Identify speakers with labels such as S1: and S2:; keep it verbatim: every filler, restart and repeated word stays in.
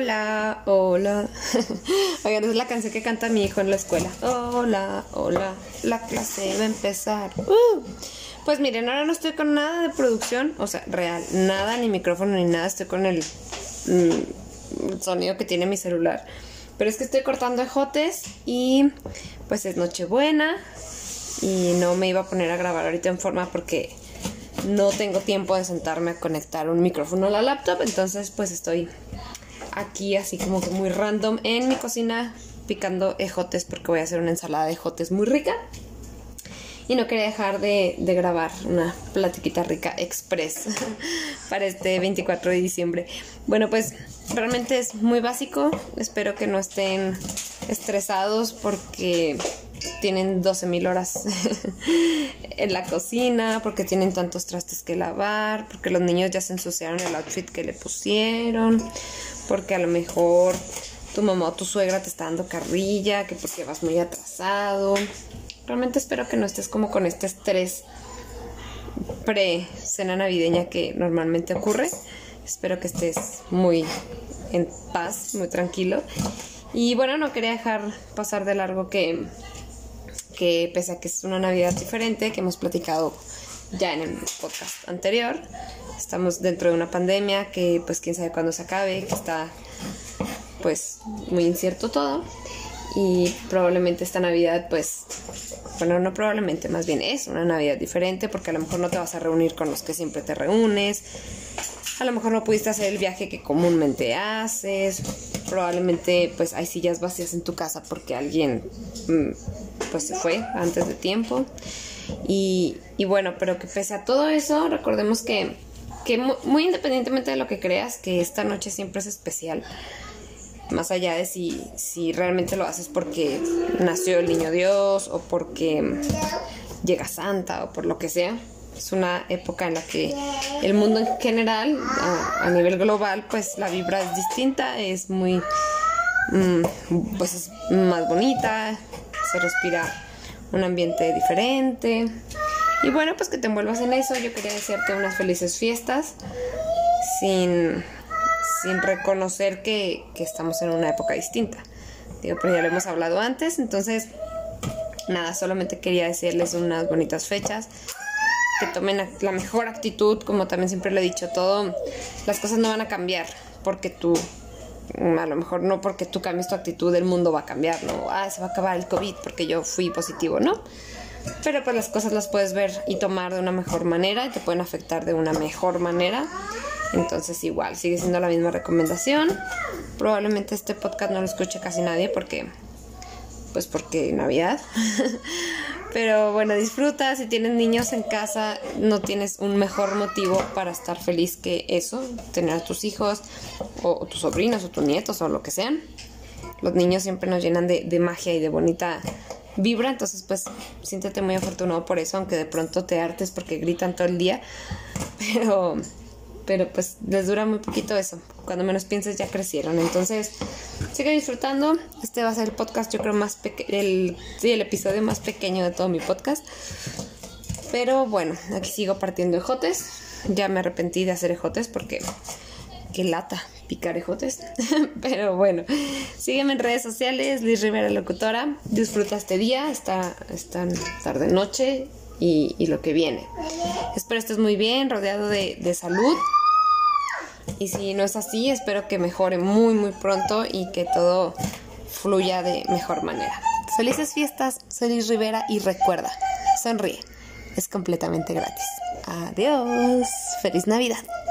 S1: Hola, hola. Oigan, es la canción que canta mi hijo en la escuela. Hola, hola, la clase va a empezar. Uh. Pues miren, ahora no estoy con nada de producción, o sea, real, nada, ni micrófono ni nada. Estoy con el, mm, el sonido que tiene mi celular. Pero es que estoy cortando ejotes y pues es Nochebuena y no me iba a poner a grabar ahorita en forma porque no tengo tiempo de sentarme a conectar un micrófono a la laptop. Entonces pues estoy aquí así como que muy random en mi cocina picando ejotes porque voy a hacer una ensalada de ejotes muy rica. Y no quería dejar de, de grabar una platiquita rica express para este veinticuatro de diciembre. Bueno, pues realmente es muy básico. Espero que no estén estresados porque tienen doce mil horas en la cocina, porque tienen tantos trastes que lavar, porque los niños ya se ensuciaron el outfit que le pusieron, porque a lo mejor tu mamá o tu suegra te está dando carrilla, que porque vas muy atrasado. Realmente espero que no estés como con este estrés pre-cena navideña que normalmente ocurre. Espero que estés muy en paz, muy tranquilo. Y bueno, no quería dejar pasar de largo que, que pese a que es una Navidad diferente, que hemos platicado ya en el podcast anterior, estamos dentro de una pandemia que pues quién sabe cuándo se acabe, que está pues muy incierto todo. Y probablemente esta Navidad, pues, bueno, no probablemente, más bien es una Navidad diferente porque a lo mejor no te vas a reunir con los que siempre te reúnes, a lo mejor no pudiste hacer el viaje que comúnmente haces, probablemente pues hay sillas vacías en tu casa porque alguien pues se fue antes de tiempo y, y bueno, pero que pese a todo eso, recordemos que, que muy independientemente de lo que creas, que esta noche siempre es especial. Más allá de si, si realmente lo haces porque nació el niño Dios o porque llega Santa o por lo que sea. Es una época en la que el mundo en general, a, a nivel global, pues la vibra es distinta, es muy, mmm, pues es más bonita, se respira un ambiente diferente. Y bueno, pues que te envuelvas en eso. Yo quería desearte unas felices fiestas sin... sin reconocer que, que estamos en una época distinta. Digo, pero ya lo hemos hablado antes, entonces nada, solamente quería decirles unas bonitas fechas, que tomen la mejor actitud, como también siempre lo he dicho, todo, las cosas no van a cambiar porque tú, a lo mejor no porque tú cambies tu actitud, el mundo va a cambiar, no, ah, se va a acabar el COVID porque yo fui positivo, ¿no? Pero pues las cosas las puedes ver y tomar de una mejor manera y te pueden afectar de una mejor manera. Entonces igual, sigue siendo la misma recomendación. Probablemente este podcast no lo escuche casi nadie porque, pues porque Navidad. Pero bueno, disfruta. Si tienes niños en casa, no tienes un mejor motivo para estar feliz que eso. Tener a tus hijos, o, o tus sobrinos, o tus nietos, o lo que sean. Los niños siempre nos llenan de, de magia y de bonita vibra. Entonces pues siéntete muy afortunado por eso, aunque de pronto te hartes porque gritan todo el día. Pero... pero pues les dura muy poquito eso. Cuando menos pienses ya crecieron. Entonces sigue disfrutando. Este va a ser el podcast, yo creo, más pequeño, el, sí, el episodio más pequeño de todo mi podcast. Pero bueno, aquí sigo partiendo ejotes. Ya me arrepentí de hacer ejotes porque qué lata picar ejotes. Pero bueno, sígueme en redes sociales, Liz Rivera Locutora. Disfruta este día, esta, esta tarde noche y, y lo que viene. Espero estés muy bien, rodeado de, de salud. Y si no es así, espero que mejore muy muy pronto y que todo fluya de mejor manera. Felices fiestas, soy Liz Rivera y recuerda, sonríe, es completamente gratis. Adiós, feliz Navidad.